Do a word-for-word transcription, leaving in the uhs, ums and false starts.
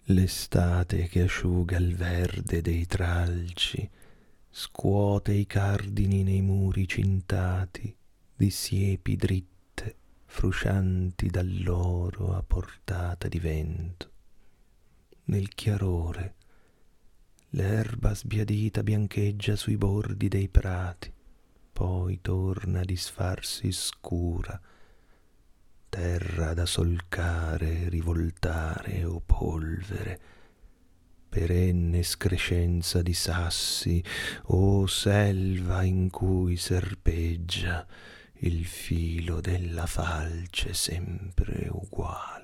L'estate che asciuga il verde dei tralci, scuote i cardini nei muri cintati di siepi dritte, fruscianti dall'oro a portata di vento. Nel chiarore l'erba sbiadita biancheggia sui bordi dei prati, poi torna a disfarsi scura, terra da solcare, rivoltare o polvere, perenne screscenza di sassi o selva in cui serpeggia il filo della falce sempre uguale.